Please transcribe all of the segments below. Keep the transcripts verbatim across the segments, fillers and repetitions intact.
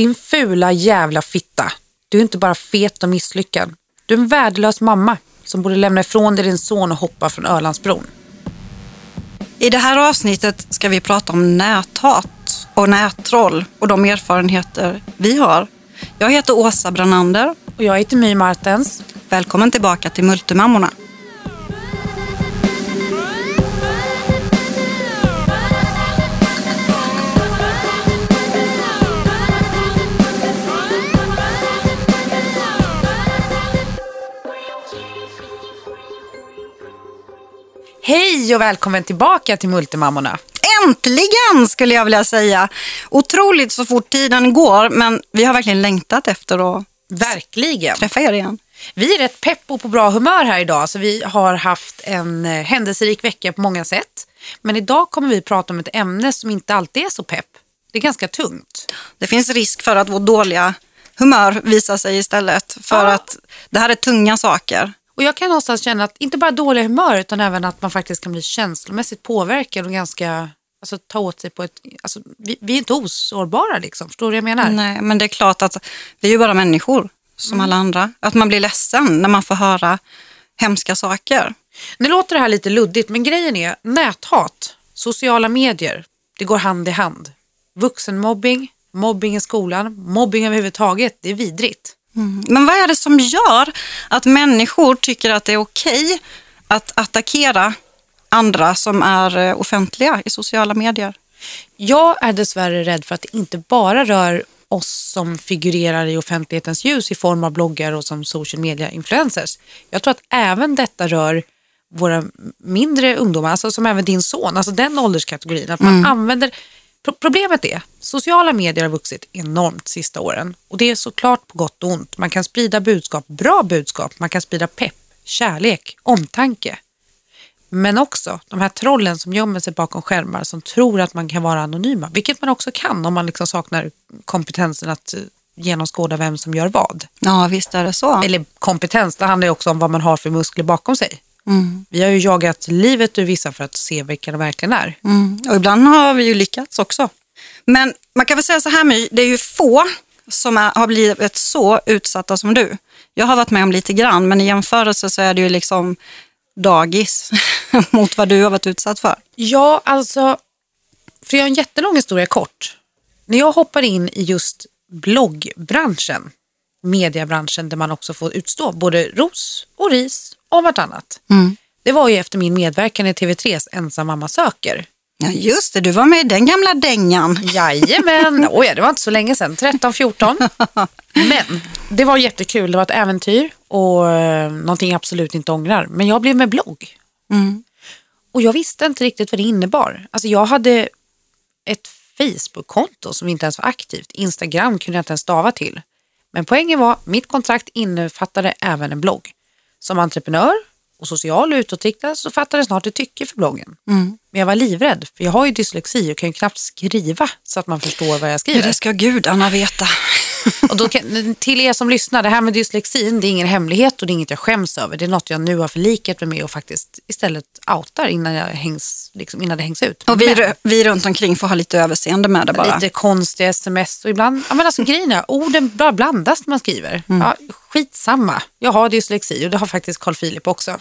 Din fula jävla fitta. Du är inte bara fet och misslyckad. Du är en värdelös mamma som borde lämna ifrån dig din son och hoppa från Ölandsbron. I det här avsnittet ska vi prata om näthat och nättroll och de erfarenheter vi har. Jag heter Åsa Branander. Och jag heter My Martens. Välkommen tillbaka till Multimammorna. Hej och välkommen tillbaka till Multimammorna. Äntligen skulle jag vilja säga. Otroligt så fort tiden går, men vi har verkligen längtat efter att Verkligen. träffa er igen. Vi är rätt pepp och på bra humör här idag, så vi har haft en händelserik vecka på många sätt. Men idag kommer vi prata om ett ämne som inte alltid är så pepp. Det är ganska tungt. Det finns risk för att vårt dåliga humör visar sig istället, för Ja. att det här är tunga saker. Och jag kan någonstans känna att inte bara dåliga humör utan även att man faktiskt kan bli känslomässigt påverkad och ganska, alltså ta åt sig på ett, alltså vi, vi är inte osårbara liksom, förstår du vad jag menar? Nej, men det är klart att vi är ju bara människor som Mm. alla andra. Att man blir ledsen när man får höra hemska saker. Nu låter det här lite luddigt, men grejen är näthat, sociala medier, det går hand i hand. Vuxenmobbing, mobbing i skolan, mobbing överhuvudtaget, det är vidrigt. Mm. Men vad är det som gör att människor tycker att det är okej att attackera andra som är eh, offentliga i sociala medier? Jag är dessvärre rädd för att det inte bara rör oss som figurerar i offentlighetens ljus i form av bloggar och som social media influencers. Jag tror att även detta rör våra mindre ungdomar, alltså som även din son, alltså den ålderskategorin. Att man Mm. använder, pro- problemet är, sociala medier har vuxit enormt sista åren. Och det är såklart på gott och ont. Man kan sprida budskap, bra budskap, man kan sprida pepp, kärlek, omtanke. Men också de här trollen som gömmer sig bakom skärmar som tror att man kan vara anonyma. Vilket man också kan om man liksom saknar kompetensen att eh, genomskåda vem som gör vad. Ja, visst är det så. Eller kompetens, det handlar ju också om vad man har för muskler bakom sig. Mm. Vi har ju jagat livet ur vissa för att se vilka de verkligen är. Mm. Och ibland har vi ju lyckats också. Men man kan väl säga så här, My, det är ju få som är, har blivit så utsatta som du. Jag har varit med om lite grann, men i jämförelse så är det ju liksom dagis mot vad du har varit utsatt för. Ja, alltså, för jag har en jättelång historia kort. När jag hoppar in i just bloggbranschen, mediebranschen där man också får utstå både ros och ris och vartannat. Mm. Det var ju efter min medverkan i T V tres Ensam mamma söker. Ja, just det, du var med i den gamla dängan. Jajamän, oj, det var inte så länge sedan, tretton fjorton. Men det var jättekul, det var ett äventyr och eh, någonting jag absolut inte ångrar. Men jag blev med blogg. Mm. Och jag visste inte riktigt vad det innebar. Alltså jag hade ett Facebook-konto som inte ens var aktivt. Instagram kunde jag inte ens stava till. Men poängen var, mitt kontrakt innefattade även en blogg. Som entreprenör och social och utåtriktad så fattade jag snart ett tycke för bloggen. Mm. Men jag var livrädd, för jag har ju dyslexi och kan ju knappt skriva så att man förstår vad jag skriver. Ja, det ska gudarna veta. Och då kan, till er som lyssnar, det här med dyslexin, det är ingen hemlighet och det är inget jag skäms över. Det är något jag nu har förlikat mig med och faktiskt istället outar innan, jag hängs, liksom, innan det hängs ut. Och vi, Men, vi runt omkring får ha lite överseende med det bara. lite konstiga sms och ibland, ja men alltså grejen är, orden bara blandas när man skriver. Mm. Ja, skitsamma, jag har dyslexi och det har faktiskt Carl Philip också.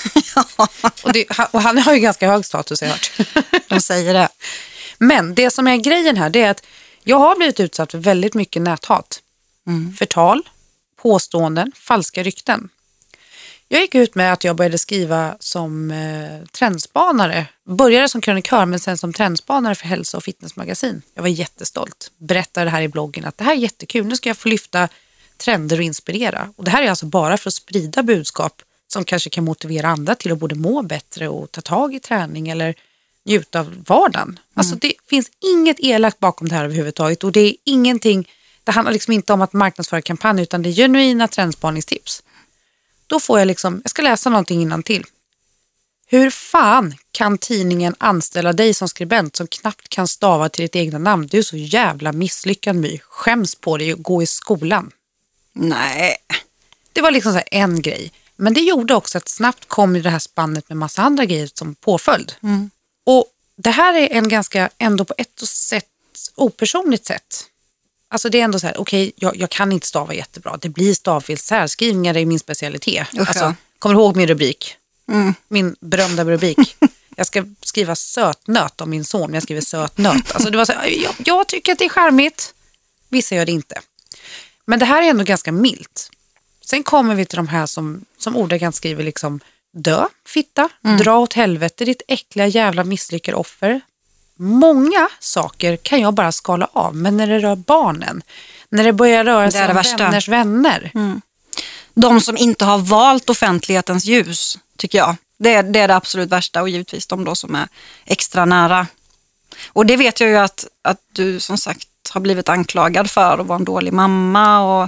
och, det, och han har ju ganska hög status, jag har hört. De säger det. Men det som är grejen här, det är att jag har blivit utsatt för väldigt mycket näthat. Mm. Förtal, påståenden, falska rykten. Jag gick ut med att jag började skriva som eh, trendspanare. Började som krönikör men sen som trendspanare för hälsa- och fitnessmagasin. Jag var jättestolt. Berättade det här i bloggen att det här är jättekul. Nu ska jag få lyfta trender och inspirera. Och det här är alltså bara för att sprida budskap som kanske kan motivera andra till att både må bättre och ta tag i träning eller njuta av vardagen. Mm. Alltså det finns inget elakt bakom det här överhuvudtaget och det är ingenting, det handlar liksom inte om att marknadsföra kampanj utan det är genuina trendspaningstips. Då får jag liksom, jag ska läsa någonting innan till. Hur fan kan tidningen anställa dig som skribent som knappt kan stava till ditt egna namn? Du är så jävla misslyckad, My. Skäms på dig och gå i skolan. Nej. Det var liksom så här en grej. Men det gjorde också att snabbt kom i det här spannet med massa andra grejer som påföljd. Mm. Och det här är en ganska, ändå på ett och sätt, opersonligt sätt, Alltså det är ändå så här, okej, okay, jag, jag kan inte stava jättebra. Det blir stavfel, särskrivningar är min specialitet. Usch, alltså, ja. Kommer du ihåg min rubrik? Mm. Min berömda rubrik. Jag ska skriva sötnöt om min son, men jag skriver sötnöt. Alltså det var så här, jag, jag tycker att det är charmigt. Vissa gör det inte. Men det här är ändå ganska milt. Sen kommer vi till de här som, som ordagrant skriver liksom dö, fitta, mm. dra åt helvete, ditt äckliga jävla misslyckade offer. Många saker kan jag bara skala av, men när det rör barnen, när det börjar röra sig om värsta. vänners vänner. Mm. De som inte har valt offentlighetens ljus, tycker jag. Det är, det är det absolut värsta, och givetvis de då som är extra nära. Och det vet jag ju att, att du som sagt har blivit anklagad för att vara en dålig mamma, och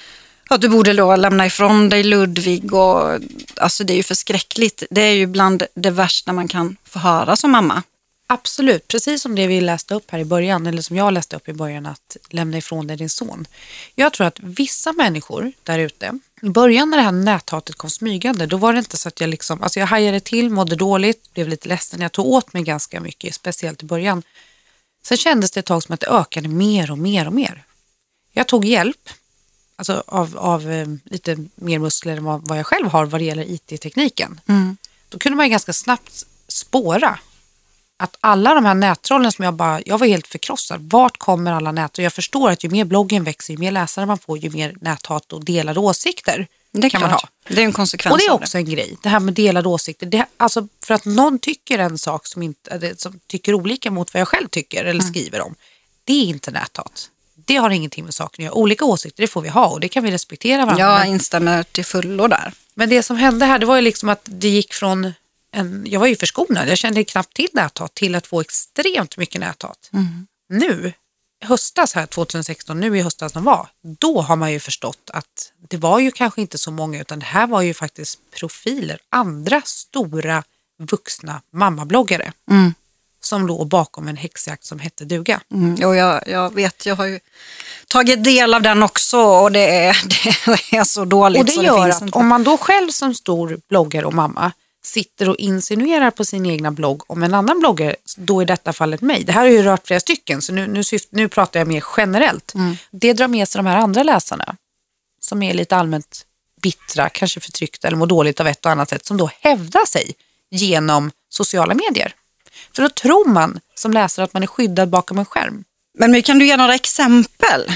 att du borde då lämna ifrån dig Ludvig. Och, alltså det är ju förskräckligt. Det är ju bland det värsta man kan få höra som mamma. Absolut, precis som det vi läste upp här i början, eller som jag läste upp i början, att lämna ifrån dig din son. Jag tror att vissa människor där ute, i början när det här näthatet kom smygande, då var det inte så att jag liksom, alltså jag hajade till, mådde dåligt, blev lite ledsen, jag tog åt mig ganska mycket, speciellt i början. Sen kändes det ett tag som att det ökade mer och mer och mer. Jag tog hjälp, alltså av, av eh, lite mer muskler än vad, vad jag själv har vad det gäller I T-tekniken. Mm. Då kunde man ju ganska snabbt spåra att alla de här nättrollen som jag bara, jag var helt förkrossad. Vart kommer alla nät? Och jag förstår att ju mer bloggen växer, ju mer läsare man får, ju mer näthat och delade åsikter det kan klart. man ha. Det är en konsekvens. Och det är av också en grej, det här med delade åsikter. Det, alltså för att någon tycker en sak som, inte, som tycker olika mot vad jag själv tycker eller Mm. skriver om, det är inte näthat. Det har ingenting med saken att göra. Olika åsikter, det får vi ha och det kan vi respektera varandra. Jag men, instämmer till fullo där. men det som hände här, det var ju liksom att det gick från en, jag var ju förskonad, jag kände knappt till näthat till att få extremt mycket näthat. Mm. Nu, höstas här tjugohundrasexton, nu i höstas som var, då har man ju förstått att det var ju kanske inte så många, utan det här var ju faktiskt profiler, andra stora vuxna mammabloggare Mm. som låg bakom en häxjakt som hette duga. Mm. Och jag, jag vet, jag har ju tagit del av den också, och det är, det är så dåligt. Och det så gör det finns att inte. om man då själv som stor bloggare och mamma sitter och insinuerar på sin egna blogg om en annan bloggare, då i detta fallet mig. Det här har ju rört flera stycken, så nu, nu, syft, nu pratar jag mer generellt. Mm. Det drar med sig de här andra läsarna som är lite allmänt bittra, kanske förtryckta eller mår dåligt av ett och annat sätt, som då hävdar sig genom sociala medier. För då tror man som läsare att man är skyddad bakom en skärm. Men kan du ge några exempel?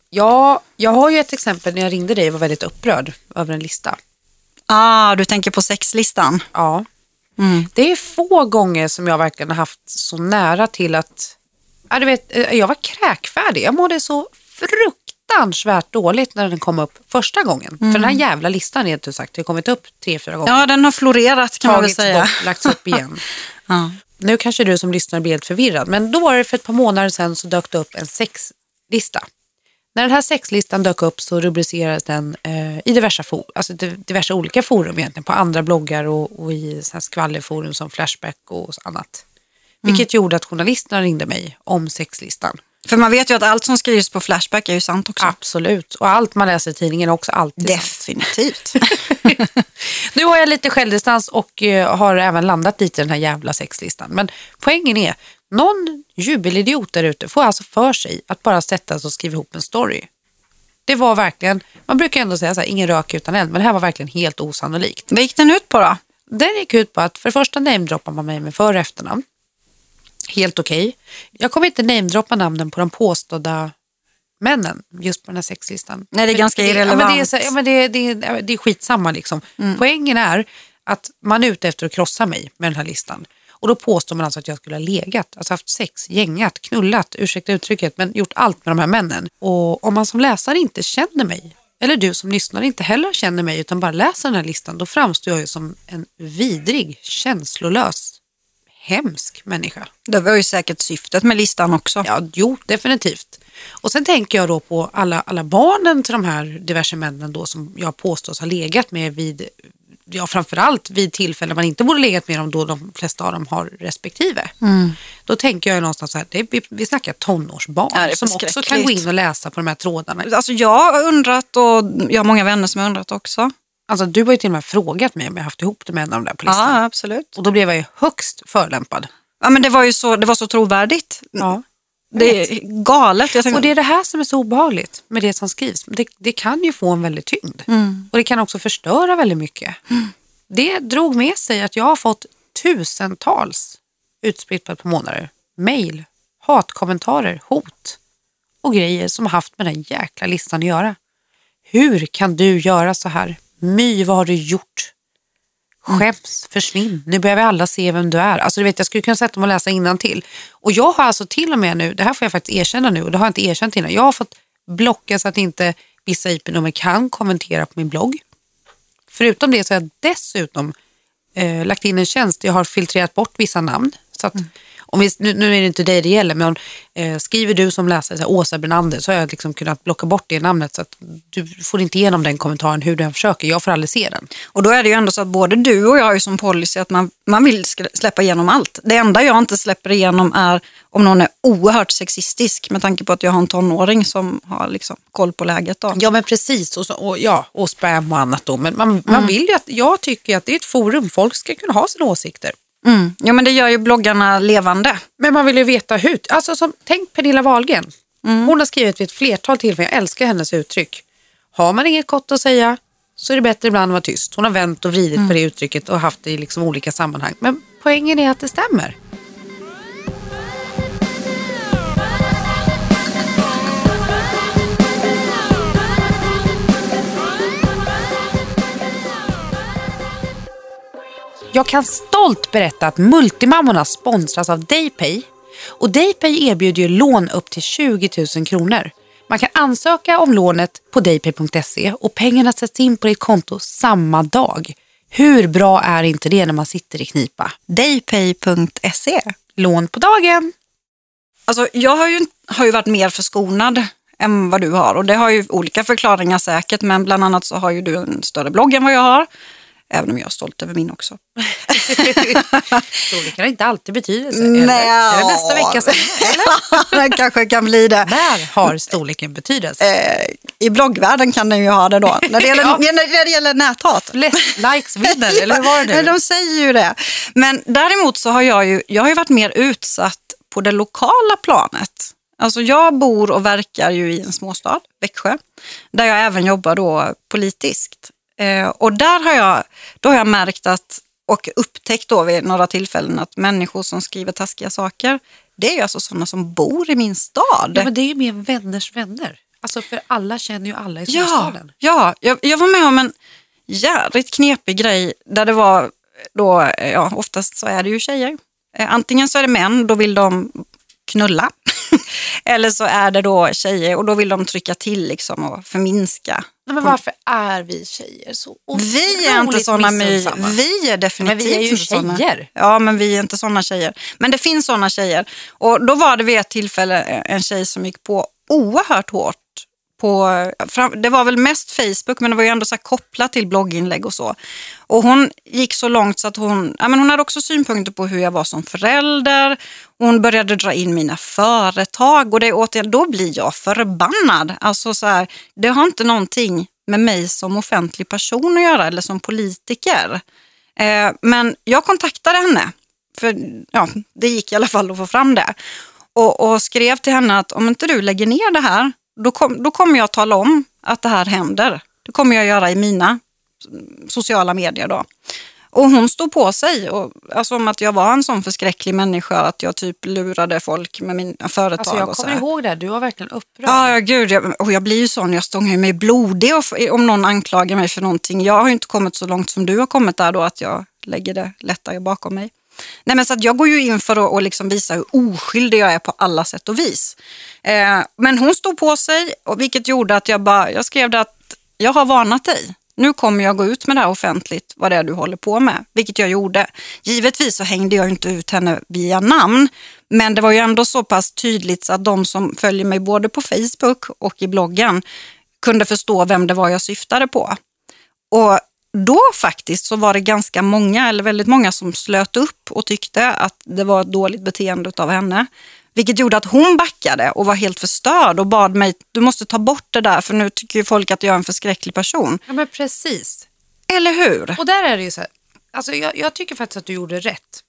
Ja, jag har ju ett exempel när jag ringde dig och var väldigt upprörd över en lista. Ah, du tänker på sexlistan. Ja. Mm. Det är få gånger som jag verkligen har haft så nära till att, ja, du vet, jag var kräkfärdig. Jag mådde så fruktansvärt dåligt när den kom upp första gången. Mm. För den här jävla listan är inte sagt, det har kommit upp tre, fyra gånger. Ja, den har florerat kan man väl säga. Bort, lagts upp igen. Ja. Nu kanske du som lyssnar blir helt förvirrad, men då var det för ett par månader sedan så dök det upp en sexlista. När den här sexlistan dök upp så rubricerades den eh, i diverse, for, alltså diverse olika forum egentligen, på andra bloggar och, och i så här skvallerforum som Flashback och annat. Mm. Vilket gjorde att journalisterna ringde mig om sexlistan. För man vet ju att allt som skrivs på Flashback är ju sant också. Absolut, och allt man läser i tidningen är också alltid definitivt sant. Nu har jag lite självdistans och uh, har även landat lite i den här jävla sexlistan. Men poängen är, någon jubelidiot där ute får alltså för sig att bara sätta sig och skriva ihop en story. Det var verkligen, man brukar ändå säga så här, ingen rök utan eld, men det här var verkligen helt osannolikt. Vad gick den ut på då? Den gick ut på att för det första namedroppar man mig med för- och efternamn. Helt okej. Okay. Jag kommer inte namedroppa namnen på de påstådda männen just på den här sexlistan. Nej, det är ganska det, irrelevant. Ja, men det, är, så, ja, men det, det, det är skitsamma liksom. Mm. Poängen är att man är ute efter att krossa mig med den här listan. Och då påstår man alltså att jag skulle ha legat, alltså haft sex, gängat, knullat, ursäkta uttrycket, men gjort allt med de här männen. Och om man som läsare inte känner mig, eller du som lyssnar inte heller känner mig utan bara läser den här listan, då framstår jag ju som en vidrig, känslolös, hemsk människa. Det var ju säkert syftet med listan också. Ja, jo, definitivt. Och sen tänker jag då på alla, alla barnen till de här diverse männen då som jag påstås ha legat med vid, ja framförallt vid tillfällen man inte borde legat med dem då de flesta av dem har respektive. Mm. Då tänker jag någonstans så här, det är, vi, vi snackar tonårsbarn ja, som också kan gå in och läsa på de här trådarna. Alltså jag har undrat och jag har många vänner som har undrat också. Alltså du har ju till och med frågat mig om jag haft ihop det med en av de där på listan. Ja, absolut. Och då blev jag ju högst förlämpad. Ja, men det var ju så, det var så trovärdigt. Ja. Det är galet. Jag tänker... Och det är det här som är så obehagligt med det som skrivs. Det, det kan ju få en väldigt tyngd. Mm. Och det kan också förstöra väldigt mycket. Mm. Det drog med sig att jag har fått tusentals utspritt på ett par månader. Mail, hatkommentarer, hot och grejer som har haft med den jäkla listan att göra. Hur kan du göra så här? My, vad har du gjort? Skäms, försvinn. Nu behöver alla se vem du är. Alltså du vet, jag skulle kunna sätta mig och läsa innantill. Och jag har alltså till och med nu, det här får jag faktiskt erkänna nu och det har jag inte erkänt innan. Jag har fått blocka så att inte vissa I P-nummer kan kommentera på min blogg. Förutom det så har jag dessutom eh, lagt in en tjänst. Jag har filtrerat bort vissa namn. Så att, mm. om vi, nu, nu är det inte dig det gäller, men eh, skriver du som läsare så här, Åsa Bernander, så har jag liksom kunnat blocka bort det namnet så att du får inte igenom den kommentaren hur du än försöker. Jag får aldrig se den. Och då är det ju ändå så att både du och jag har ju som policy att man, man vill släppa igenom allt. Det enda jag inte släpper igenom är om någon är oerhört sexistisk med tanke på att jag har en tonåring som har liksom koll på läget då. Ja men precis, och, så, och, ja, och spam och annat då. Men man, mm. man vill ju att, jag tycker att det är ett forum, folk ska kunna ha sina åsikter. Mm. Ja men det gör ju bloggarna levande. Men man vill ju veta hur. Alltså som, tänk Pernilla Wahlgren. Mm. Hon har skrivit vid ett flertal tillfällen. Jag älskar hennes uttryck. Har man inget gott att säga så är det bättre ibland att vara tyst. Hon har vänt och vridit mm. på det uttrycket och haft det i liksom olika sammanhang. Men poängen är att det stämmer. Jag kan stolt berätta att Multimammorna sponsras av Daypay. Och Daypay erbjuder ju lån upp till tjugo tusen kronor. Man kan ansöka om lånet på daypay punkt se och pengarna sätts in på ditt konto samma dag. Hur bra är inte det när man sitter i knipa? daypay punkt se. Lån på dagen. Alltså jag har ju, har ju varit mer förskonad än vad du har. Och det har ju olika förklaringar säkert. Men bland annat så har ju du en större blogg än vad jag har. Även om jag är stolt över min också. Storleken har inte alltid betydelse. Eller? Nej, är det nästa vecka sen? Eller? Det kanske kan bli det. När har storleken betydelse? Eh, I bloggvärlden kan den ju ha det då. När det gäller, ja. när det gäller näthat. Flest likes vinner, eller vad var det nu? De säger ju det. Men däremot så har jag ju, jag har ju varit mer utsatt på det lokala planet. Alltså jag bor och verkar ju i en småstad, Växjö. Där jag även jobbar då politiskt. Eh, och där har jag, då har jag märkt att, och upptäckt då vid några tillfällen att människor som skriver taskiga saker, det är ju alltså sådana som bor i min stad. Ja, men det är ju mer vänners vänner. Alltså för alla känner ju alla i småstaden. Ja, ja jag, jag var med om en jävligt knepig grej där det var då, ja oftast så är det ju tjejer. Eh, antingen så är det män, då vill de knulla. Eller så är det då tjejer och då vill de trycka till liksom och förminska. Men varför är vi tjejer så Vi är inte såna my. Vi är definitivt men vi är ju inte tjejer. Såna. Ja, men vi är inte såna tjejer. Men det finns såna tjejer. Och då var det vid ett tillfälle en tjej som gick på oerhört hårt. På, det var väl mest Facebook, men det var ju ändå så här kopplat till blogginlägg och så. Och hon gick så långt så att hon, ja, men hon hade också synpunkter på hur jag var som förälder. Hon började dra in mina företag och det, återigen, då blir jag förbannad. Alltså så här, det har inte någonting med mig som offentlig person att göra eller som politiker. Eh, men jag kontaktade henne, för ja, det gick i alla fall att få fram det. Och, och skrev till henne att om inte du lägger ner det här, Då, kom, då kommer jag tala om att det här händer. Det kommer jag göra i mina sociala medier då. Och hon stod på sig. Och, alltså om att jag var en sån förskräcklig människa. Att jag typ lurade folk med mina företag. Alltså jag och kommer så ihåg det. Du var verkligen upprörd. Ja, ja gud. Jag, och jag blir ju sån. Jag stångar mig blodig om någon anklagar mig för någonting. Jag har ju inte kommit så långt som du har kommit där då. Att jag lägger det lättare bakom mig. Nej, men så att jag går ju in för att och liksom visa hur oskyldig jag är på alla sätt och vis. Eh, men hon stod på sig, och vilket gjorde att jag bara, jag skrev det att jag har varnat dig. Nu kommer jag gå ut med det här offentligt, vad det är du håller på med. Vilket jag gjorde. Givetvis så hängde jag inte ut henne via namn. Men det var ju ändå så pass tydligt så att de som följer mig både på Facebook och i bloggen kunde förstå vem det var jag syftade på. Och då faktiskt så var det ganska många, eller väldigt många som slöt upp och tyckte att det var ett dåligt beteende av henne. Vilket gjorde att hon backade och var helt förstörd och bad mig, du måste ta bort det där för nu tycker ju folk att jag är en förskräcklig person. Ja men precis. Eller hur? Och där är det ju så här, alltså jag, jag tycker faktiskt att du gjorde rätt.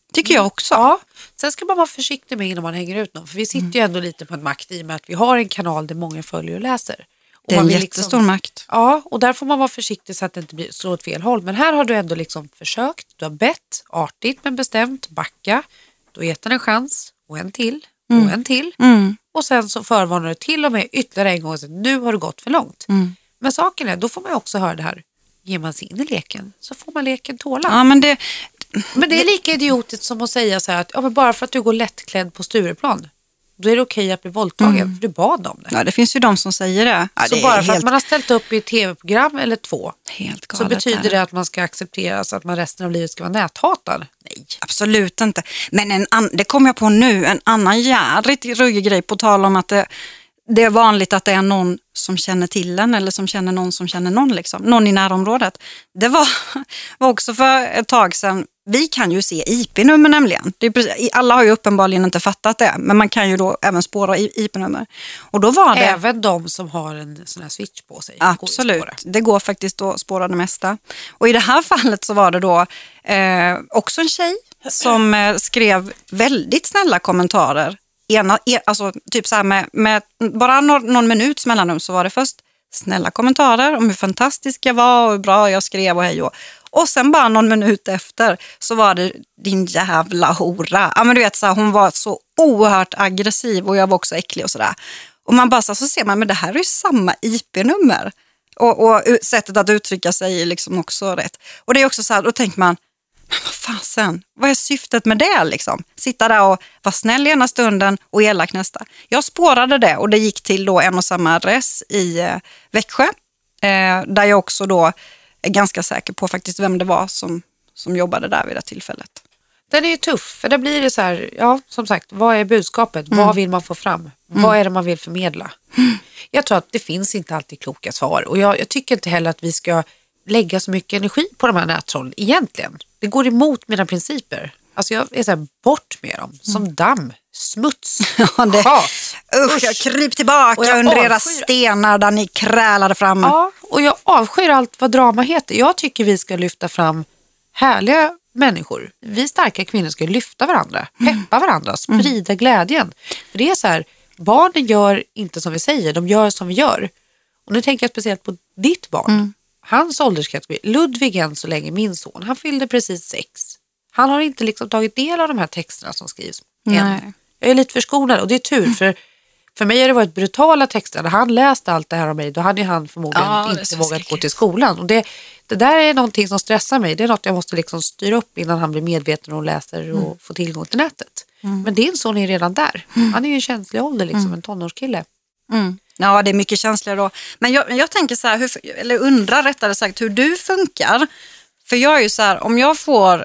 Tycker jag också. Ja. Sen ska man vara försiktig med innan man hänger ut någon. För vi sitter mm. ju ändå lite på en makt i och med att vi har en kanal där många följer och läser. Och det är en man jättestor liksom, makt. Ja, och där får man vara försiktig så att det inte blir, slår åt fel håll. Men här har du ändå liksom försökt, du har bett, artigt men bestämt, backa. Du har gett den en chans och en till och mm. en till. Mm. Och sen så förvarnar du till och med ytterligare en gång att nu har du gått för långt. Mm. Men saken är, då får man ju också höra det här. Ger man sig in i leken så får man leken tåla. Ja, men det... Men det är lika idiotiskt som att säga så här att ja, men bara för att du går lättklädd på Stureplan, då är det okej att bli våldtagen, mm. för du bad om det. Ja, det finns ju de som säger det. Ja, så det bara för helt... att att man har ställt upp i ett tv-program eller två, helt så betyder där. det att man ska acceptera så att man resten av livet ska vara näthatad? Nej. Absolut inte. Men en an... det kommer jag på nu, en annan jävligt ruggig grej på tal om att det, det är vanligt att det är någon som känner till en eller som känner någon som känner någon, liksom. Någon i närområdet. Det var, var också för ett tag sedan. Vi kan ju se I P-nummer nämligen. Det är precis, alla har ju uppenbarligen inte fattat det. Men man kan ju då även spåra I P-nummer. Och då var det... Även de som har en sån här switch på sig. Absolut. Går det går faktiskt att spåra det mesta. Och i det här fallet så var det då eh, också en tjej som eh, skrev väldigt snälla kommentarer. Ena, e, alltså typ så här med, med bara någon, någon minuts mellanrum så var det först snälla kommentarer om hur fantastisk jag var och hur bra jag skrev och hej och. Och sen bara någon minut efter så var det din jävla hora. Ja, men du vet, så här, hon var så oerhört aggressiv och jag var också äcklig och sådär. Och man bara så, så ser man, men det här är ju samma I P-nummer. Och, och sättet att uttrycka sig är liksom också rätt. Och det är också så här, då tänker man, men vad fasen, vad är syftet med det liksom? Sitta där och vara snäll ena stunden och elak nästa. Jag spårade det och det gick till då en och samma adress i eh, Växjö. Eh, där jag också då är ganska säker på faktiskt vem det var som, som jobbade där vid det tillfället. Den är ju tuff, för det blir det så här, ja som sagt, vad är budskapet? Mm. Vad vill man få fram? Mm. Vad är det man vill förmedla? Mm. Jag tror att det finns inte alltid kloka svar och jag, jag tycker inte heller att vi ska lägga så mycket energi på de här nättrollen egentligen. Det går emot mina principer. Alltså jag är så här, bort med dem. Som mm. damm, smuts, ja, det, has. Usch, jag kryp tillbaka jag under avskyr... era stenar där ni krälade fram. Ja, och jag avskyr allt vad drama heter. Jag tycker vi ska lyfta fram härliga människor. Vi starka kvinnor ska lyfta varandra, peppa varandra, sprida mm. glädjen. För det är så här, barnen gör inte som vi säger, de gör som vi gör. Och nu tänker jag speciellt på ditt barn. Mm. Hans ålderskategori, Ludvig än så länge, min son, han fyllde precis sex. Han har inte liksom tagit del av de här texterna som skrivs än. Jag är lite förskonad och det är tur mm. för för mig har det varit brutala texter. När han läste allt det här om mig, då hade han förmodligen ja, inte vågat säkert. gå till skolan. Och det, det där är någonting som stressar mig. Det är något jag måste liksom styra upp innan han blir medveten och läser och mm. får tillgång till nätet. Mm. Men din son är redan där. Mm. Han är ju en känslig ålder, liksom mm. en tonårskille. Mm. Ja, det är mycket känsligare då. Men jag, jag tänker så här, hur, eller undrar rättare sagt hur du funkar. För jag är ju så här, om jag får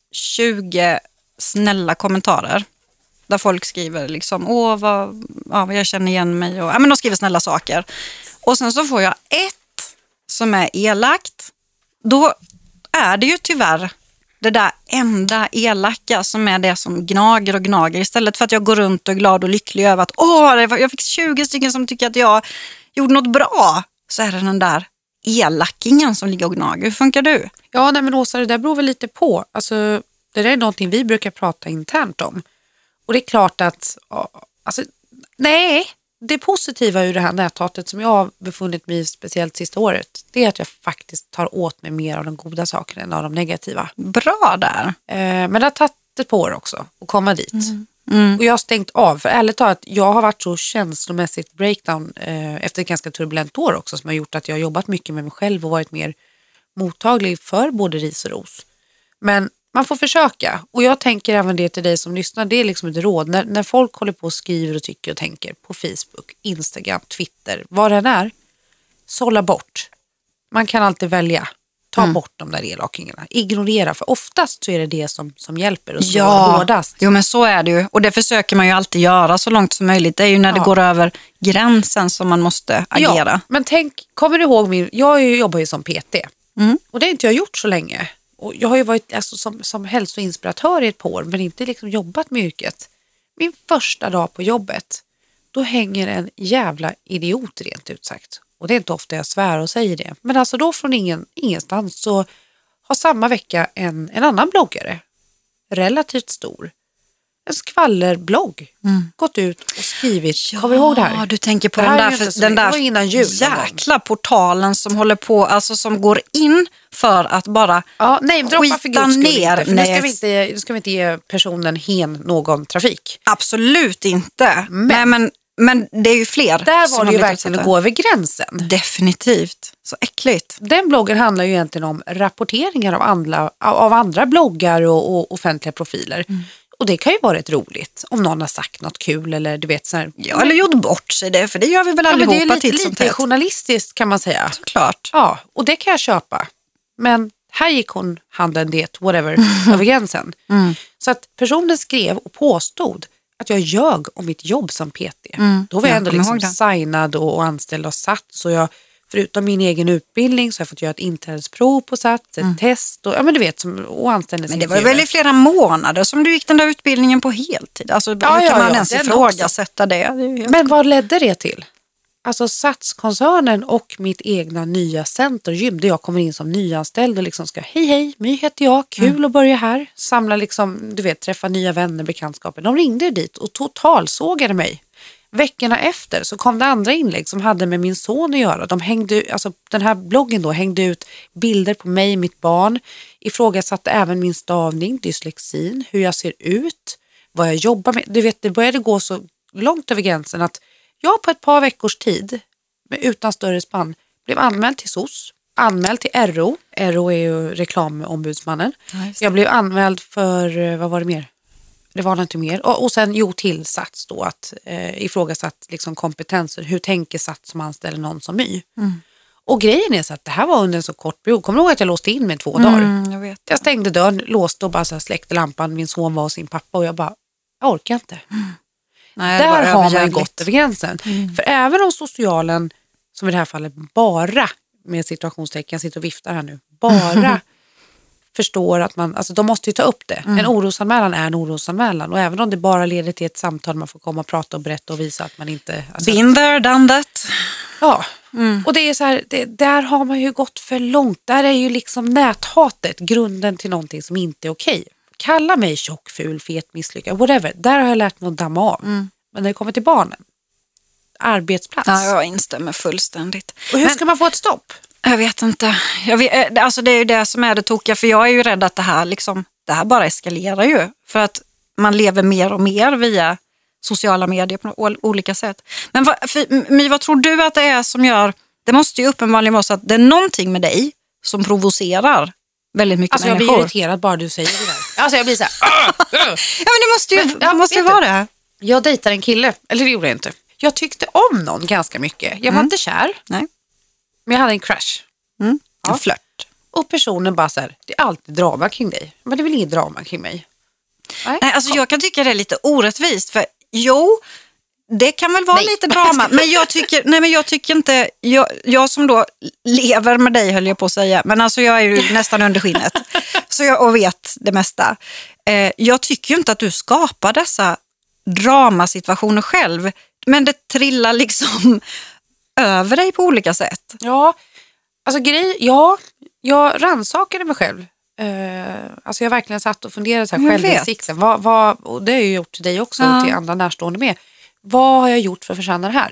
tjugo snälla kommentarer där folk skriver liksom, åh vad, ja, jag känner igen mig och ja, men de skriver snälla saker. Och sen så får jag ett som är elakt. Då är det ju tyvärr det där enda elaka som är det som gnager och gnager. Istället för att jag går runt och är glad och lycklig över att åh, jag fick tjugo stycken som tycker att jag gjorde något bra. Så är det den där elakingen som ligger och gnager. Hur funkar du? Ja, nej men Åsa, det där beror väl lite på. Alltså, det där är någonting vi brukar prata internt om. Och det är klart att, alltså, nej, det positiva ur det här näthatet som jag har befunnit mig i speciellt sista året, det är att jag faktiskt tar åt mig mer av de goda sakerna än av de negativa. Bra där. Eh, men det har tagit ett på år också att komma dit. Mm. Mm. Och jag har stängt av, för ärligt talat, jag har varit så känslomässigt breakdown eh, efter ett ganska turbulent år också som har gjort att jag har jobbat mycket med mig själv och varit mer mottaglig för både ris och ros. Men man får försöka. Och jag tänker även det till dig som lyssnar. Det är liksom ett råd. När, när folk håller på och skriver och tycker och tänker på Facebook, Instagram, Twitter, vad det än är. Sålla bort. Man kan alltid välja. Ta mm. bort de där elakingarna. Ignorera. För oftast så är det det som, som hjälper och slår ja. hårdast. Jo, men så är det ju. Och det försöker man ju alltid göra så långt som möjligt. Det är ju när ja. det går över gränsen som man måste agera. Ja, men tänk, kommer du ihåg min... Jag jobbar ju som P T. Mm. Och det har inte jag gjort så länge. Och jag har ju varit alltså, som, som hälsoinspiratör i ett par år men inte liksom jobbat med yrket. Min första dag på jobbet, då hänger en jävla idiot rent ut sagt. Och det är inte ofta jag svär och säger det. Men alltså då från ingen, ingenstans så har samma vecka en, en annan bloggare relativt stor, en skvallerblogg, mm. gått ut och skrivit. Ja, kommer du ihåg det här? Ja, du tänker på den där, för, den där innan jul, jäkla portalen som håller på, alltså som går in för att bara ja, nej, droppa för guds skull ner. Inte, för nu, ska vi inte, nu ska vi inte ge personen hen någon trafik. Absolut inte. Men, nej, men, men det är ju fler. Där var det ju verkligen att gå över gränsen. Definitivt. Så äckligt. Den bloggen handlar ju egentligen om rapporteringar av andra, av andra bloggar och, och offentliga profiler. Mm. Och det kan ju vara rätt roligt om någon har sagt något kul eller du vet så här. Ja, eller gjort bort sig det, för det gör vi väl allihopa ja, till lite, lite journalistiskt kan man säga. Såklart. Ja, och det kan jag köpa. Men här gick hon handen det, whatever, över gränsen. Mm. Så att personen skrev och påstod att jag ljög om mitt jobb som P T. Mm. Då var jag ändå jag liksom signad och, och anställd och satt. Så jag, förutom min egen utbildning så har jag fått göra ett inträdesprov på Sats, ett mm. test och, ja, men du vet, som, och anställdes. Men det var väl i flera månader som du gick den där utbildningen på heltid? Alltså, ja, kan ja, man ja, ens ifrågasätta det? det men vad ledde det till? Alltså Sats-koncernen och mitt egna nya centergym där jag kommer in som nyanställd och liksom ska, hej hej, My heter jag, kul mm. att börja här. Samla liksom, du vet, träffa nya vänner, bekantskaper. De ringde dit och totalsågade mig. Veckorna efter så kom det andra inlägg som hade med min son att göra. De hängde, alltså den här bloggen då hängde ut bilder på mig, mitt barn. Ifrågasatte även min stavning, dyslexin, hur jag ser ut, vad jag jobbar med. Du vet, det började gå så långt över gränsen att jag på ett par veckors tid, med utan större spann, blev anmäld till S O S, anmäld till R O. R O är ju reklamombudsmannen. Nice. Jag blev anmäld för, vad var det mer? Det var inte mer. Och, och sen jo till Sats då att eh, ifrågasatt liksom kompetenser. Hur tänker Sats som anställer någon som My? Mm. Och grejen är så att det här var under en så kort period. Kommer du ihåg att jag låste in mig två dagar? Mm, jag vet. Jag stängde dörren, låste och bara så här släckte lampan. Min son var hos sin pappa och jag bara, jag orkar inte. Mm. Nej, där har man ju gått över gränsen. Mm. För även om socialen, som i det här fallet bara, med situationstecken, sitter och viftar här nu, bara mm. förstår att man, alltså de måste ju ta upp det. Mm. En orosanmälan är en orosanmälan och även om det bara leder till ett samtal man får komma och prata och berätta och visa att man inte... Alltså, been there, done that. Ja, mm. och det är så här, det, där har man ju gått för långt. Där är ju liksom näthatet grunden till någonting som inte är okej. Kalla mig tjock, ful, fet, misslyckad, whatever. Där har jag lärt mig att damma av. Mm. Men när det kommer till barnen, arbetsplats. Ja, jag instämmer fullständigt. Och hur Men, ska man få ett stopp? Jag vet inte. Jag vet, alltså det är ju det som är det tokiga. För jag är ju rädd att det här, liksom, det här bara eskalerar ju. För att man lever mer och mer via sociala medier på olika sätt. Men vad, för, My, vad tror du att det är som gör... Det måste ju uppenbarligen vara så att det är någonting med dig som provocerar väldigt mycket alltså, människor. Jag blir irriterad bara du säger det där. Alltså jag blir så här... ja, men det måste ju, men, ja, måste ju vara det. Jag dejtar en kille, eller det gjorde jag inte. Jag tyckte om någon ganska mycket. Jag var mm. inte kär. Nej. Men jag hade en crush. Mm. Ja. En flört. Och personen bara så här, det är alltid drama kring dig. Men det är väl inget drama kring mig? Nej, Nej alltså jag kan tycka det är lite orättvist. För jo, det kan väl vara nej. lite drama. Men jag tycker, nej, men jag tycker inte, jag, jag som då lever med dig höll jag på att säga. Men alltså jag är ju nästan under skinnet. Så jag och vet det mesta. Eh, jag tycker ju inte att du skapar dessa dramasituationer själv. Men det trillar liksom över dig på olika sätt. Ja, alltså grej, ja, jag rannsakade mig själv. Uh, alltså jag verkligen satt och funderade så här självinsikten. Vad, vad, och det har jag ju gjort till dig också ja. och till andra närstående med. Vad har jag gjort för att förtjäna det här?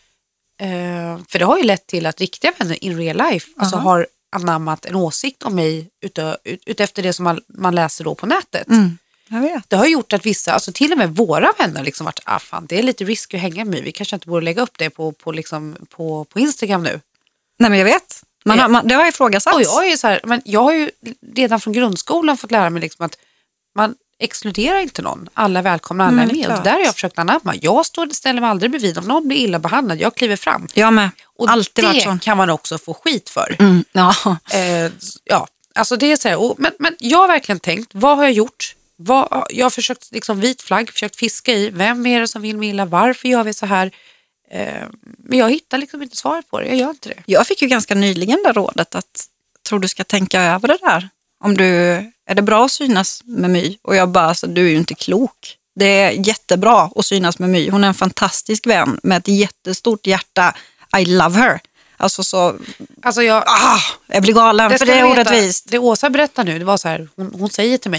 Uh, för det har ju lett till att riktiga vänner in real life uh-huh. alltså har anammat en åsikt om mig utö, ut, utefter det som man, man läser då på nätet. Mm. Jag vet. Det har gjort att vissa, alltså till och med våra vänner liksom varit, ah fan, det är lite risk att hänga med. Vi kanske inte borde lägga upp det på, på, liksom, på, på Instagram nu. Nej men jag vet. Man har, man, det har jag ifrågasatts. Och jag är ju så här, men jag har ju redan från grundskolan fått lära mig liksom att man exkluderar inte någon. Alla är välkomna, alla är med. Och där har jag försökt anamma. Jag står, ställer mig aldrig bredvid. Om någon blir illa behandlad, jag kliver fram. Jag med. Och alltid varit sån. Det kan man också få skit för. Mm, ja. Eh, ja, alltså det är så här. Och, men, men jag har verkligen tänkt, vad har jag gjort? Vad, jag har försökt liksom vit flagg, försökt fiska i. Vem är det som vill mig illa? Varför gör vi så här? Eh, men jag hittar liksom inte svaret på det. Jag gör inte det. Jag fick ju ganska nyligen det rådet att tror du ska tänka över det där. Om du, är det bra att synas med My? Och jag bara, alltså, du är ju inte klok. Det är jättebra att synas med My. Hon är en fantastisk vän med ett jättestort hjärta. I love her. Alltså så, alltså jag, ah, jag blir galen det för det är orättvist. Det Åsa berättar nu, det var så här, hon, hon säger till mig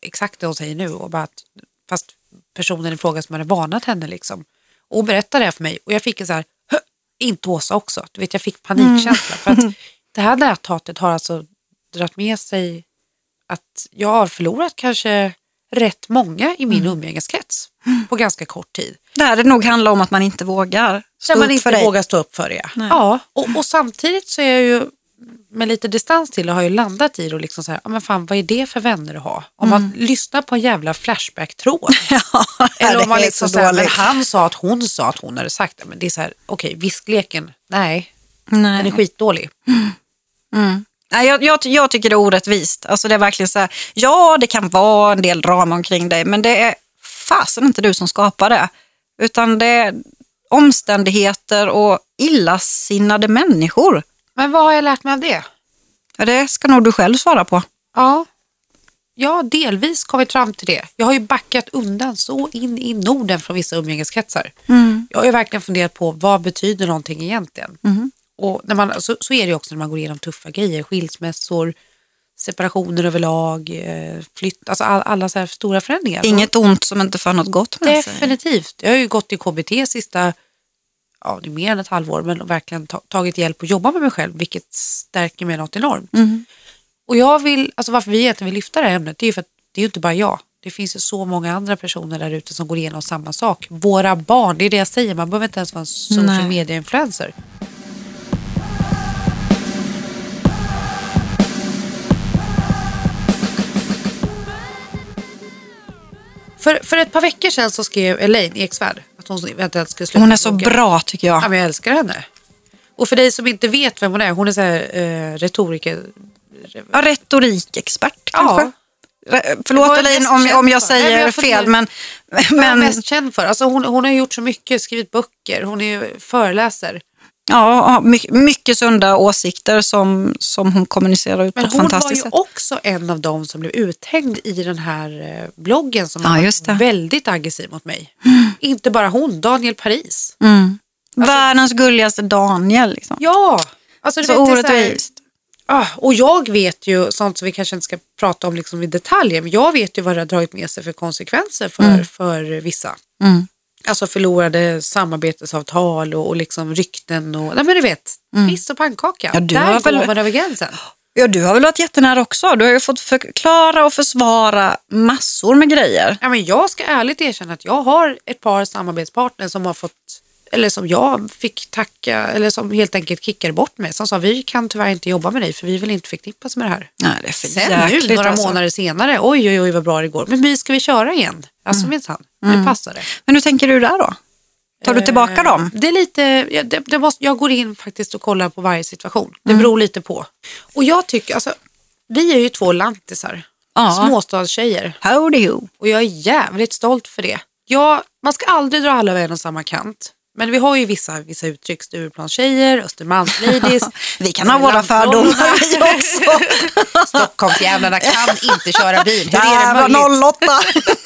exakt det hon säger nu. Och bara att, fast personen i fråga som hade varnat henne liksom. Och hon berättade det för mig. Och jag fick en så här, inte Åsa också. Du vet, jag fick panikkänsla. Mm. För att det här näthatet har alltså dragit med sig att jag har förlorat kanske rätt många i min mm. umgängeskrets mm. på ganska kort tid. Där det nog handlar om att man inte vågar stå Där upp man inte för dig. vågar stå upp för det. Nej. Ja, och, och samtidigt så är jag ju med lite distans till och har ju landat i det och liksom så här, ja men fan, vad är det för vänner att ha? Om mm. man lyssnar på en jävla flashback-tråd. Ja, eller om man liksom så här, men han sa att hon sa att hon hade sagt det. Men det är så här, okej, okay, viskleken, nej, nej. Den är skitdålig. Mm. Mm. Nej, jag, jag, jag tycker det är orättvist. Alltså det är verkligen så här, ja det kan vara en del drama omkring dig, men det är fasen inte du som skapar det. Utan det är omständigheter och illasinnade människor. Men vad har jag lärt mig av det? Ja, det ska nog du själv svara på. Ja, ja delvis kommit fram till det. Jag har ju backat undan så in i Norden från vissa umgängeskretsar. Mm. Jag har ju verkligen funderat på vad betyder någonting egentligen. Mm. Och när man, så, så är det ju också när man går igenom tuffa grejer. Skilsmässor, separationer överlag, flytt, alltså all, alla så här stora förändringar. Inget ont som inte för något gott med sig. Definitivt. Jag har ju gått i K B T sista, ja det är mer än ett halvår, men verkligen ta, tagit hjälp och jobba med mig själv, vilket stärker mig något enormt. Mm. Och jag vill, alltså varför vi egentligen vill lyfta det här ämnet, det är ju för att det är ju inte bara jag. Det finns ju så många andra personer där ute som går igenom samma sak. Våra barn, det är det jag säger, man behöver inte ens vara en social media-influencer. För, för ett par veckor sedan så skrev Elaine Eksvärd att hon eventuellt skulle sluta. Hon är så blogga. bra tycker jag. Ja, men jag älskar henne. Och för dig som inte vet vem hon är, hon är så här eh, retoriker. Ja, retorikexpert kanske. Ja. Re- förlåt Elaine om, om jag säger Nej, jag fel, men... men... Vad är jag mest känd för? Alltså hon, hon har gjort så mycket, skrivit böcker, hon är ju föreläser. Ja, mycket, mycket sunda åsikter som, som hon kommunicerar ut på ett fantastiskt sätt. Men hon var ju också en av dem som blev uthängd i den här bloggen som ja, var väldigt aggressiv mot mig. Mm. Inte bara hon, Daniel Paris. Mm. Alltså, världens gulligaste Daniel. Liksom. Ja, alltså det så orättvist. Ah, och jag vet ju, sånt som vi kanske inte ska prata om liksom i detaljer, men jag vet ju vad det har dragit med sig för konsekvenser för, mm. för vissa. Mm. Alltså förlorade samarbetsavtal och, och liksom rykten och, nej men du vet, mm. piss och pannkaka. Ja, du Där har väl... går man över gränsen. Ja, du har väl varit jättenära också. Du har ju fått förklara och försvara massor med grejer. Ja, men jag ska ärligt erkänna att jag har ett par samarbetspartner som har fått, eller som jag fick tacka, eller som helt enkelt kickade bort mig. Som sa, vi kan tyvärr inte jobba med dig för vi vill inte förknippas med det här. Nej, det är för Sen jäkligt, nu, några alltså. månader senare, oj oj oj vad bra det går. Men vi ska vi köra igen? Alltså mm. minsann, mm. det passar det. Men hur tänker du där då? Tar du tillbaka eh, dem? Det är lite, det, det måste, jag går in faktiskt och kollar på varje situation. Det mm. beror lite på. Och jag tycker, alltså, vi är ju två lantisar. Ja. Småstadstjejer. Howdy ho. Och jag är jävligt stolt för det. Jag, man ska aldrig dra alla över en och samma kant. Men vi har ju vissa, vissa uttryck. Stureplanstjejer, Östermalmsladies. Vi kan ha våra fördomar vi också. Stockholmsjävlarna kan inte köra bil. Hur är det möjligt? noll åtta.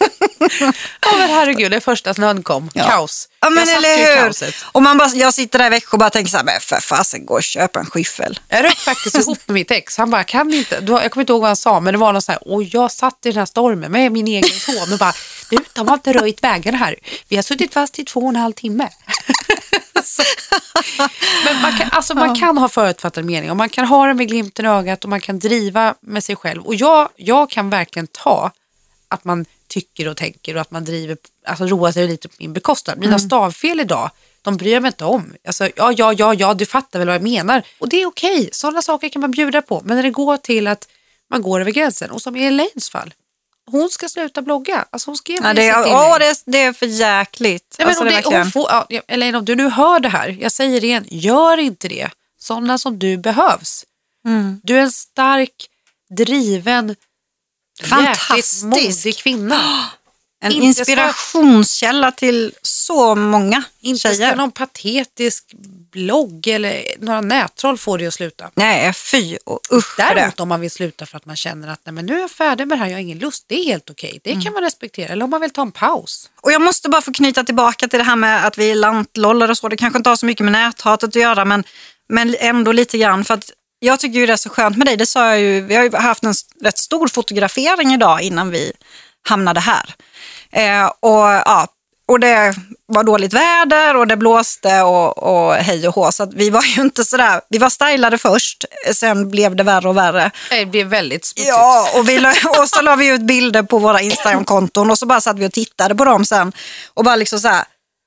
Ja men herregud, det första snön kom. Ja. Kaos. Ja men eller hur. Och man bara, jag sitter där i Växjö och bara tänker så här, men för fasen gå och köpa en skyffel. Jag rök faktiskt ihop med mitt ex. Han bara, kan inte. Jag kommer inte ihåg vad han sa, men det var något så här, och jag satt i den här stormen med min egen son och bara, du, de har inte röjt vägen här. Vi har suttit fast i två och en halv timme. Så. Men man kan, alltså man kan ha förutfattad mening och man kan ha det med glimten i ögat och man kan driva med sig själv. Och jag, jag kan verkligen ta att man tycker och tänker och att man driver, alltså roar sig lite på min bekostnad. Mina mm. stavfel idag, de bryr mig inte om. Alltså, ja, ja, ja, ja, du fattar väl vad jag menar. Och det är okej, sådana saker kan man bjuda på. Men när det går till att man går över gränsen, och som i Elaines fall, hon ska sluta blogga. Alltså hon skrev ja, det, är, åh, det, är, det är för jäkligt. Ja, alltså, men det, det, hon får, ja, Elaine, om du nu hör det här, jag säger det igen, gör inte det. Sådana som du behövs. Mm. Du är en stark, driven, fantastisk, modig kvinna. En inte inspirationskälla ska, till så många inte tjejer. Inte ska någon patetisk blogg eller några nättroll får det att sluta. Nej, fy och usch. Däremot om man vill sluta för att man känner att nej, men nu är jag färdig med det här, jag har ingen lust. Det är helt okej, det mm. kan man respektera. Eller om man vill ta en paus. Och jag måste bara få knyta tillbaka till det här med att vi är lantlollar och så. Det kanske inte har så mycket med näthatet att göra, men, men ändå lite grann. För att jag tycker ju det är så skönt med dig. Det sa jag ju, vi har ju haft en rätt stor fotografering idag innan vi hamnade här. Eh, och ja, och det var dåligt väder och det blåste och, och hej och hå. Så att vi var ju inte sådär, vi var stylade först, sen blev det värre och värre. Det blev väldigt smutsigt. Ja, och, vi, och så la vi ut bilder på våra Instagram-konton och så bara satt vi och tittade på dem sen. Och bara liksom så här,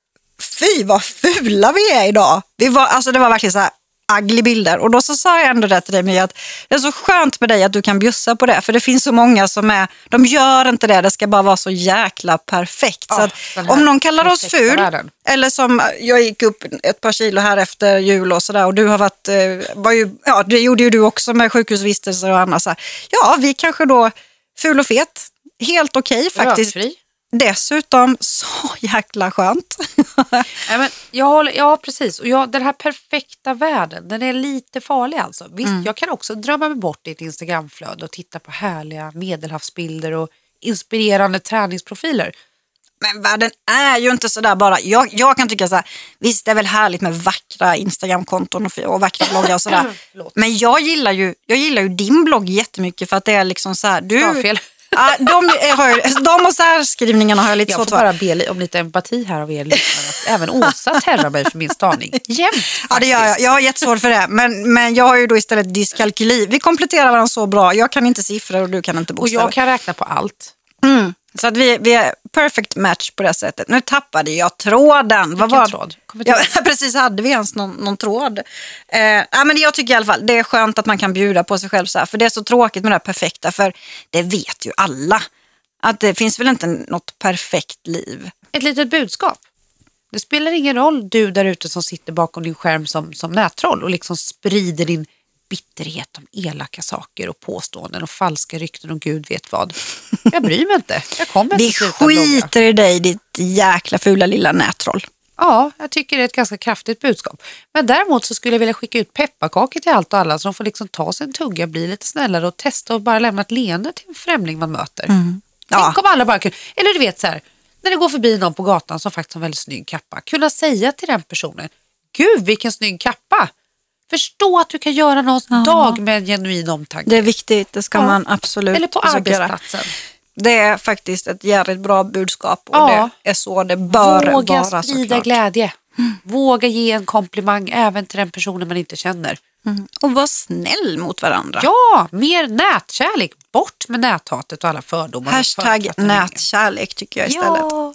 fy vad fula vi är idag. Vi var, alltså det var verkligen så här ugly bilder. Och då så sa jag ändå det till dig, med att det är så skönt med dig att du kan bjussa på det. För det finns så många som är, de gör inte det, det ska bara vara så jäkla perfekt. Ja, så att om någon kallar oss ful, världen. eller som jag gick upp ett par kilo här efter jul och sådär, och du har varit, var ju, ja det gjorde ju du också med sjukhusvistelser och annat så här. Ja, vi kanske då ful och fet, helt okej okay, faktiskt. Rökfri. Dessutom så jäkla skönt. Ja, men jag håller, ja precis. Och jag, den här perfekta världen, den är lite farlig alltså. Visst, mm. jag kan också drömma mig bort i ett Instagramflöde och titta på härliga medelhavsbilder och inspirerande träningsprofiler. Men världen är ju inte sådär bara. Jag, jag kan tycka så här, visst det är väl härligt med vackra Instagramkonton och, och vackra bloggar och sådär. Men jag gillar ju, jag gillar ju din blogg jättemycket för att det är liksom så här, du... Stavfel. Ja, de, har, de och särskrivningarna har jag lite jag svårt för. Jag får bara be om lite empati här av er lyssnare. Att även Åsa terrar mig för min stavning. Jämt, ja, det gör jag. Jag har jättesvårt för det. Men, men jag har ju då istället dyskalkyli. Vi kompletterar varandra så bra. Jag kan inte siffror och du kan inte bokstäver. Och jag kan räkna på allt. Mm. Så att vi, vi är perfect match på det sättet. Nu tappade jag tråden. Vilken Vad var tråd? Ja, precis, hade vi ens någon, någon tråd. Eh, ja, men jag tycker i alla fall det är skönt att man kan bjuda på sig själv så här. För det är så tråkigt med det här perfekta. För det vet ju alla. Att det finns väl inte något perfekt liv. Ett litet budskap. Det spelar ingen roll du där ute som sitter bakom din skärm som, som nättroll och liksom sprider din bitterhet om elaka saker och påståenden och falska rykten och gud vet vad. Jag bryr mig inte. Jag kommer inte Vi skiter i dig, ditt jäkla fula lilla nättroll. Ja, jag tycker det är ett ganska kraftigt budskap. Men däremot så skulle jag vilja skicka ut pepparkakor till allt och alla så de får liksom ta sig en tugga, bli lite snällare och testa och bara lämna ett leende till en främling man möter. Mm. Ja. Tänk om alla bara kunde, eller du vet så här, när det går förbi någon på gatan som faktiskt har en väldigt snygg kappa, kunna säga till den personen, gud vilken snygg kappa. Förstå att du kan göra någons ja. dag med en genuin omtanke. Det är viktigt, det ska ja. man absolut. Eller på arbetsplatsen. Göra. Det är faktiskt ett jävligt bra budskap och ja. det är så det bör Våga vara. Våga sprida såklart. glädje. Mm. Våga ge en komplimang även till den personen man inte känner. Mm. Och var snäll mot varandra. Ja, mer nätkärlek. Bort med näthatet och alla fördomar. Hashtag nätkärlek tycker jag istället. Ja.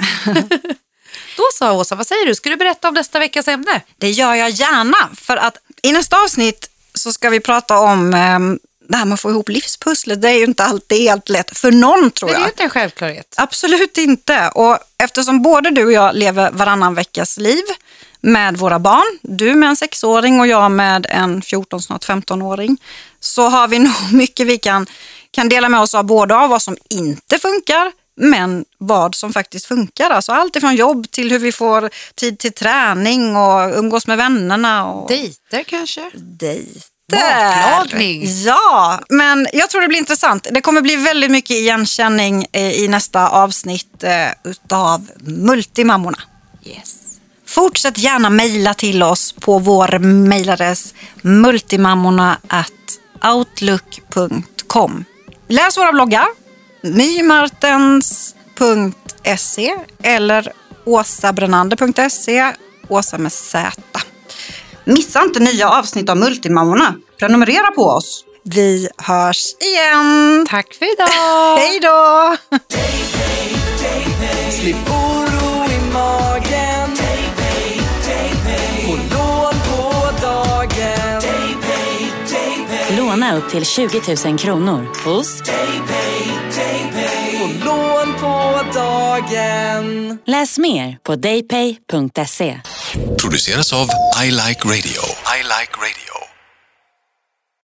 Då sa Åsa, vad säger du? Ska du berätta om nästa veckas ämne? Det gör jag gärna. För att i nästa avsnitt så ska vi prata om eh, det här med att få ihop livspusslet. Det är ju inte alltid helt lätt för någon, tror jag. Det är inte en självklarhet. Absolut inte. Och eftersom både du och jag lever varannan veckas liv med våra barn, du med en sexåring och jag med en fjorton, snart femton-åring, så har vi nog mycket vi kan, kan dela med oss av, både av vad som inte funkar, men vad som faktiskt funkar. Alltså allt ifrån jobb till hur vi får tid till träning och umgås med vännerna. Och... Dejter kanske? Dejter. Matlagning. Ja, men jag tror det blir intressant. Det kommer bli väldigt mycket igenkänning i nästa avsnitt utav Multimammorna. Yes. Fortsätt gärna mejla till oss på vår mejladress multimammorna at outlook punkt com. Läs våra bloggar mymartens punkt se eller åsabrenander punkt se, Åsa med Z. Missa inte nya avsnitt av Multimammorna. Prenumerera på oss. Vi hörs igen. Tack för idag. Hej då. Slipp oro i magen. Få lån på dagen. Låna upp till tjugo tusen kronor hos Få lån på dagen. Läs mer på daypay punkt se. Produceras av I Like Radio. I Like Radio.